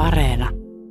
Areena.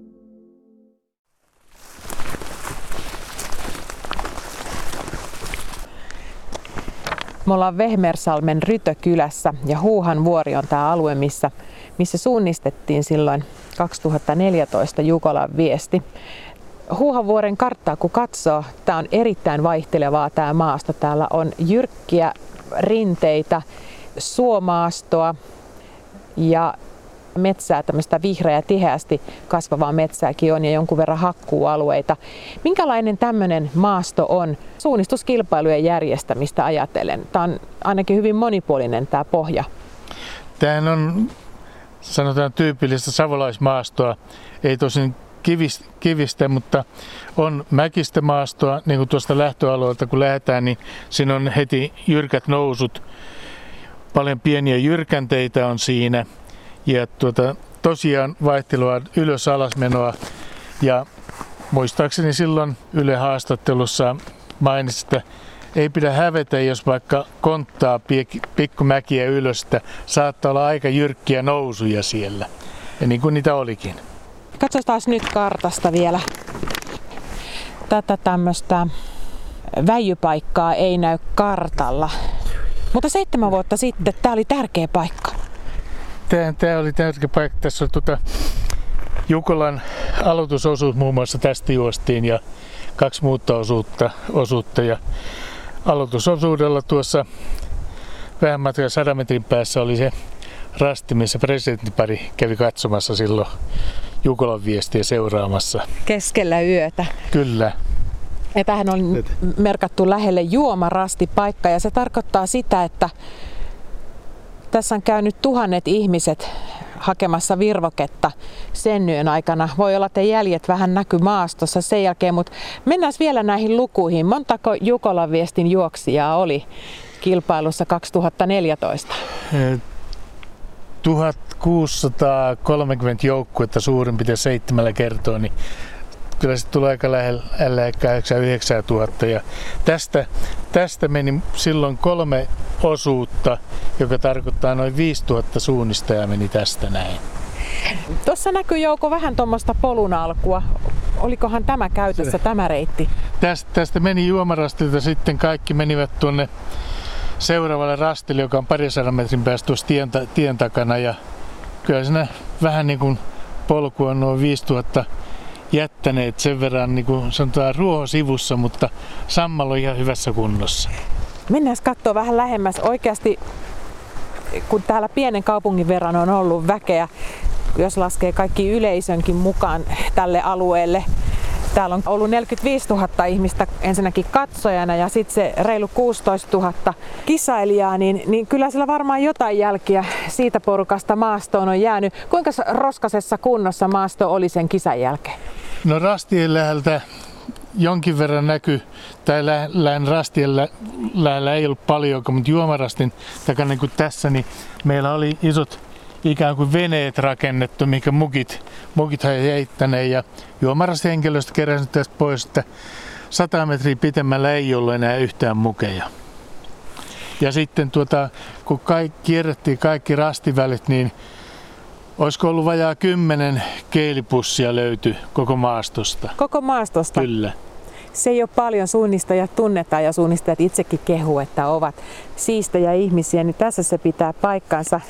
Me ollaan Vehmersalmen Rytökylässä ja Huuhanvuori on tämä alue, missä suunnistettiin silloin 2014 Jukolan viesti. Huuhanvuoren karttaa kun katsoo, tämä on erittäin vaihtelevaa tämä maasto. Täällä on jyrkkiä rinteitä, suomaastoa ja metsää, tämmöistä vihreää tiheästi kasvavaa metsääkin on ja jonkun verran hakkuualueita. Minkälainen tämmöinen maasto on suunnistuskilpailujen järjestämistä ajatellen? Tämä on ainakin hyvin monipuolinen tämä pohja. Tämähän on, sanotaan, tyypillistä savolaismaastoa. Ei tosin kivistä, mutta on mäkistä maastoa, niin kuin tuosta lähtöalueelta kun lähdetään, niin siinä on heti jyrkät nousut. Paljon pieniä jyrkänteitä on siinä. Ja tosiaan vaihtelua ylös-alas menoa. Ja muistaakseni silloin Yle haastattelussa mainitsi, että ei pidä hävetä, jos vaikka konttaa pikkumäkiä ylös, että saattaa olla aika jyrkkiä nousuja siellä. Ja niin kuin niitä olikin. Katsotaan nyt kartasta vielä. Tätä tämmöistä väijypaikkaa ei näy kartalla. Mutta 7 vuotta sitten tämä oli tärkeä paikka. Tämä oli tärkeä paikka. Tässä on Jukolan aloitusosuus muun muassa tästä juostiin ja 2 muuta osuutta. Ja aloitusosuudella tuossa vähän matkaa 100 metrin päässä oli se rasti, missä presidenttipari kävi katsomassa silloin Jukolan viestiä seuraamassa. Keskellä yötä. Kyllä. Ja tähän on merkattu lähelle juomarastipaikka ja se tarkoittaa sitä, että tässä on käynyt 1000 ihmiset hakemassa virvoketta sen yön aikana. Voi olla, että jäljet vähän näkyy maastossa sen jälkeen, mutta mennään vielä näihin lukuihin. Montako Jukolan viestin juoksijaa oli kilpailussa 2014? 1630 joukkuetta suurin piirtein 7 kertaa, niin kyllä se tulee aika lähelle 8 000. Ja tästä meni silloin 3 osuutta, joka tarkoittaa noin 5000 suunnistajaa meni tästä näin. Tuossa näkyy Jouko vähän tuommoista polun alkua. Olikohan tämä käytössä, tämä reitti? Tästä meni juomarastilta, sitten kaikki menivät tuonne seuraavalle rastille, joka on 200 metrin päästä tuossa tien takana. Ja kyllä siinä vähän niin kuin polku on noin 5000 jättäneet sen verran, niin kuin sanotaan, ruohosivussa, mutta sammalo on ihan hyvässä kunnossa. Mennään katsoa vähän lähemmäs. Oikeasti, kun täällä pienen kaupungin verran on ollut väkeä, jos laskee kaikki yleisönkin mukaan tälle alueelle. Täällä on ollut 45 000 ihmistä ensinnäkin katsojana ja sitten se reilu 16 000 kisailijaa, niin kyllä sillä varmaan jotain jälkiä siitä porukasta maastoon on jäänyt. Kuinka roskasessa kunnossa maasto oli sen kisan jälkeen? No rastien läheltä jonkin verran näkyy, tai lähen rastien lähellä ei ollut paljonkaan, mutta juomarastin takana niin kuin tässä, niin meillä oli isot ikään kuin veneet rakennettu, mikä mukit heittäneet ja juomarasthenkilöstö keräsi tästä pois, että 100 metriä pitemmällä ei ollut enää yhtään mukeja. Ja sitten kun kierrettiin kaikki rastivälit, niin olisiko ollut vajaa 10 keelipussia löytyi koko maastosta. Koko maastosta? Kyllä. Se ei ole paljon, suunnistajat tunnetaan ja suunnistajat itsekin kehuu, että ovat siistejä ihmisiä, niin tässä se pitää paikkansa.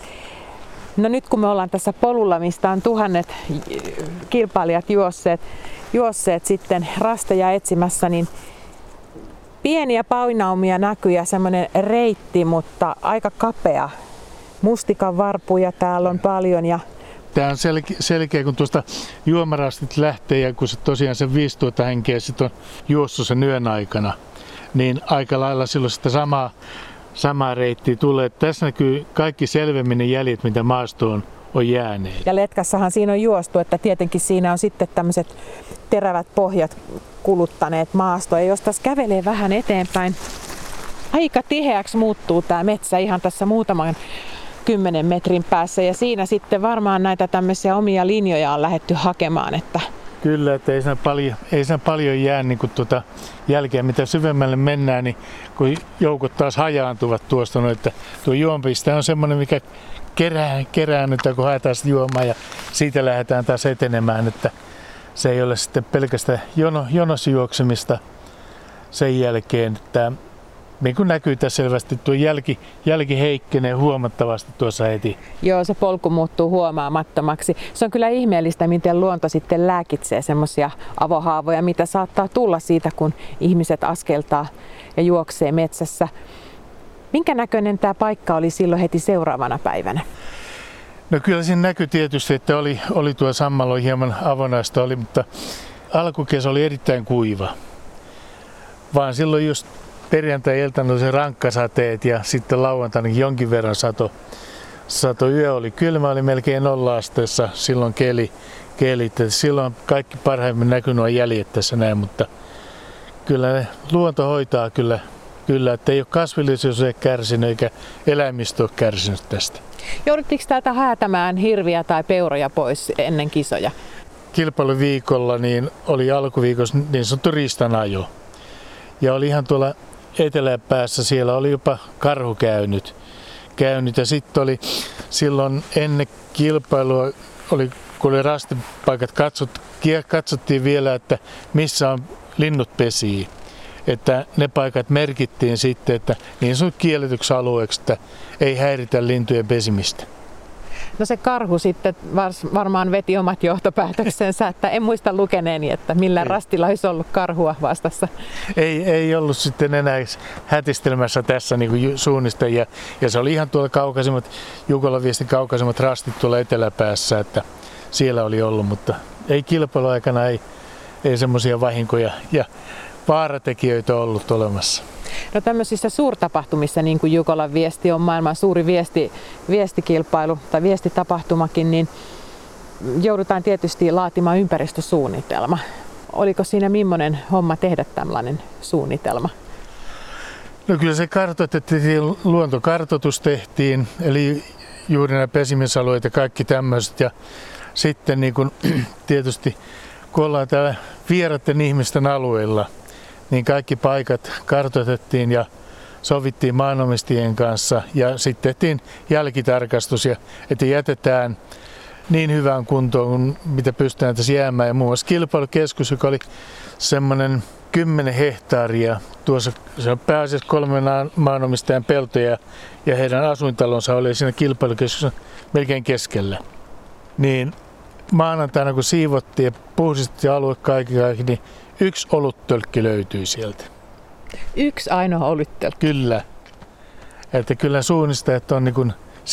No nyt kun me ollaan tässä polulla, mistä on 1000 kilpailijat juosseet sitten rasteja etsimässä, niin pieniä painaumia näkyy ja semmoinen reitti, mutta aika kapea. Mustikan varpuja täällä on paljon. Tämä on selkeä, kun tuosta juomarastit lähtee ja kun se tosiaan se 5000 henkeä sit on juossut sen yön aikana, niin aika lailla silloin sitä samaa reittiä tulee. Tässä näkyy kaikki selvemmin ne jäljet, mitä maastoon on jääneet. Ja Letkassahan siinä on juostu, että tietenkin siinä on sitten tämmöiset terävät pohjat kuluttaneet maastoa. Ja jos tässä kävelee vähän eteenpäin, aika tiheäksi muuttuu tämä metsä ihan tässä muutaman 10 metrin päässä. Ja siinä sitten varmaan näitä tämmöisiä omia linjoja on lähdetty hakemaan. Että kyllä, että ei siinä paljon jää niin jälkeä. Mitä syvemmälle mennään, niin kun joukot taas hajaantuvat tuosta, että tuo juonpiste on semmoinen, mikä keräännytään, kun haetaan sitä juomaa ja siitä lähdetään taas etenemään, että se ei ole sitten pelkästään jonossa juoksemista sen jälkeen, että niin kuin näkyy tässä selvästi, tuo jälki heikkenee huomattavasti tuossa heti. Joo, se polku muuttuu huomaamattomaksi. Se on kyllä ihmeellistä, miten luonto sitten lääkitsee semmoisia avohaavoja, mitä saattaa tulla siitä, kun ihmiset askeltaa ja juoksee metsässä. Minkä näköinen tämä paikka oli silloin heti seuraavana päivänä? No kyllä siinä näkyy tietysti, että oli tuo sammalo hieman avonaista, mutta alkukesä oli erittäin kuiva. Vaan silloin just perjantai-iltana oli se rankkasateet ja sitten lauantaina jonkin verran sato. Yö oli kylmä, oli melkein 0 asteessa silloin kelit. Silloin kaikki parhaimmin näkyy nuo jäljet tässä näin, mutta kyllä luonto hoitaa kyllä, että ei ole kasvillisuus kärsinyt eikä eläimistö ole kärsinyt tästä. Jouduttiinko täältä häätämään hirviä tai peuroja pois ennen kisoja? Kilpailuviikolla niin oli alkuviikossa niin sanottu riistanajo. Ja oli ihan tuolla eteläpäässä, siellä oli jopa karhu käynyt. Ja sitten oli silloin ennen kilpailua, kun oli rastipaikat, katsottiin vielä, että missä on linnut pesii. Että ne paikat merkittiin sitten, että niin sanotut kielletyksi alueeksi, että ei häiritä lintujen pesimistä. No se karhu sitten varmaan veti omat johtopäätöksensä, että en muista lukeneeni, että millään rastilla olisi ollut karhua vastassa. Ei ollut sitten enää hätistelmässä tässä niin kuin suunnista ja se oli ihan tuolla Jukolan viestin kaukaisemmat rastit tuolla eteläpäässä, että siellä oli ollut, mutta ei kilpailuaikana ei semmoisia vahinkoja ja vaaratekijöitä ollut olemassa. No tämmöisissä suurtapahtumissa, niin kuin Jukolan viesti on maailman suuri viestikilpailu tai viestitapahtumakin, niin joudutaan tietysti laatimaan ympäristösuunnitelma. Oliko siinä millainen homma tehdä tällainen suunnitelma? No kyllä se kartoitettiin, luontokartoitus tehtiin, eli juuri nämä pesimisalueet ja kaikki tämmöiset. Ja sitten niin kun, tietysti kun ollaan täällä vieraiden ihmisten alueilla, niin kaikki paikat kartoitettiin ja sovittiin maanomistajien kanssa ja sitten tehtiin jälkitarkastus, että jätetään niin hyvään kuntoon kuin mitä pystytään tässä jäämään. Ja muun muassa kilpailukeskus, joka oli semmoinen 10 hehtaaria, tuossa se on pääasiassa 3 maanomistajan peltoja ja heidän asuintalonsa oli siinä kilpailukeskuksen melkein keskellä. Niin maanantaina kun siivottiin ja puhdistettiin alue kaikki, niin 1 oluttölkki löytyi sieltä. 1 ainoa oluttölkki? Kyllä. Että kyllä suunnistajat on niin kuin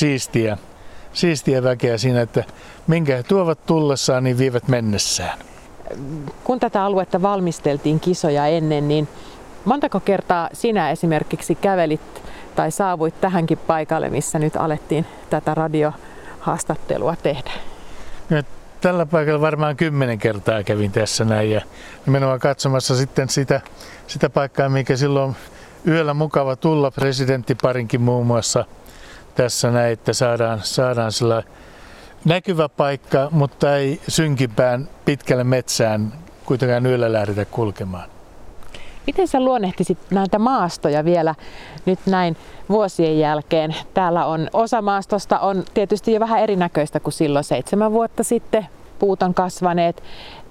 siistiä väkeä siinä, että minkä he tuovat tullessaan, niin vievät mennessään. Kun tätä aluetta valmisteltiin kisoja ennen, niin montako kertaa sinä esimerkiksi kävelit tai saavuit tähänkin paikalle, missä nyt alettiin tätä radiohaastattelua tehdä? No, tällä paikalla varmaan 10 kertaa kävin tässä näin ja nimenomaan katsomassa sitten sitä paikkaa, mikä silloin yöllä mukava tulla, presidenttiparinkin muun muassa tässä näin, että saadaan sellainen näkyvä paikka, mutta ei synkimpään pitkälle metsään kuitenkaan yöllä lähdetä kulkemaan. Miten sä luonnehtisit näitä maastoja vielä nyt näin vuosien jälkeen? Täällä on osa maastosta on tietysti jo vähän erinäköistä kuin silloin 7 vuotta sitten. Puut on kasvaneet,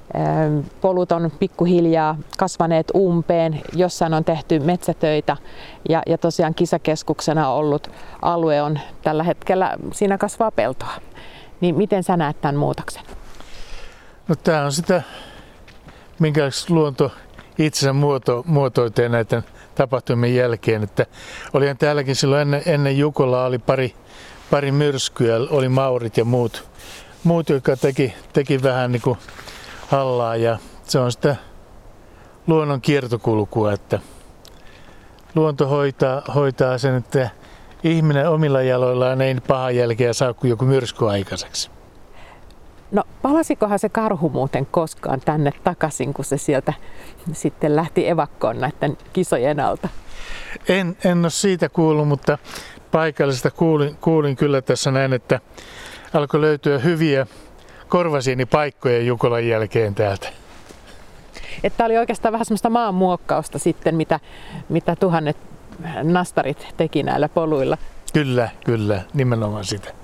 polut on pikkuhiljaa kasvaneet umpeen, jossain on tehty metsätöitä ja tosiaan kisakeskuksena ollut alue on tällä hetkellä, siinä kasvaa peltoa. Niin miten sä näet tämän muutoksen? No tämä on sitä, minkälaista luonto itsensä muotoiteen näiden tapahtumien jälkeen. Että olihan täälläkin silloin ennen Jukolaa oli pari myrskyä, oli maurit ja muut jotka teki vähän niin kuin hallaa ja se on sitä luonnon kiertokulkua, että luonto hoitaa sen, että ihminen omilla jaloillaan ei paha jälkeä saa kuin joku myrsky aikaiseksi. No palasikohan se karhu muuten koskaan tänne takaisin, kun se sieltä sitten lähti evakkoon näiden kisojen alta? En ole siitä kuullut, mutta paikallisesta kuulin kyllä tässä näin, että alkoi löytyä hyviä korvasienipaikkoja Jukolan jälkeen täältä. Että oli oikeastaan vähän semmoista maanmuokkausta sitten, mitä tuhannet nastarit teki näillä poluilla. Kyllä, nimenomaan sitä.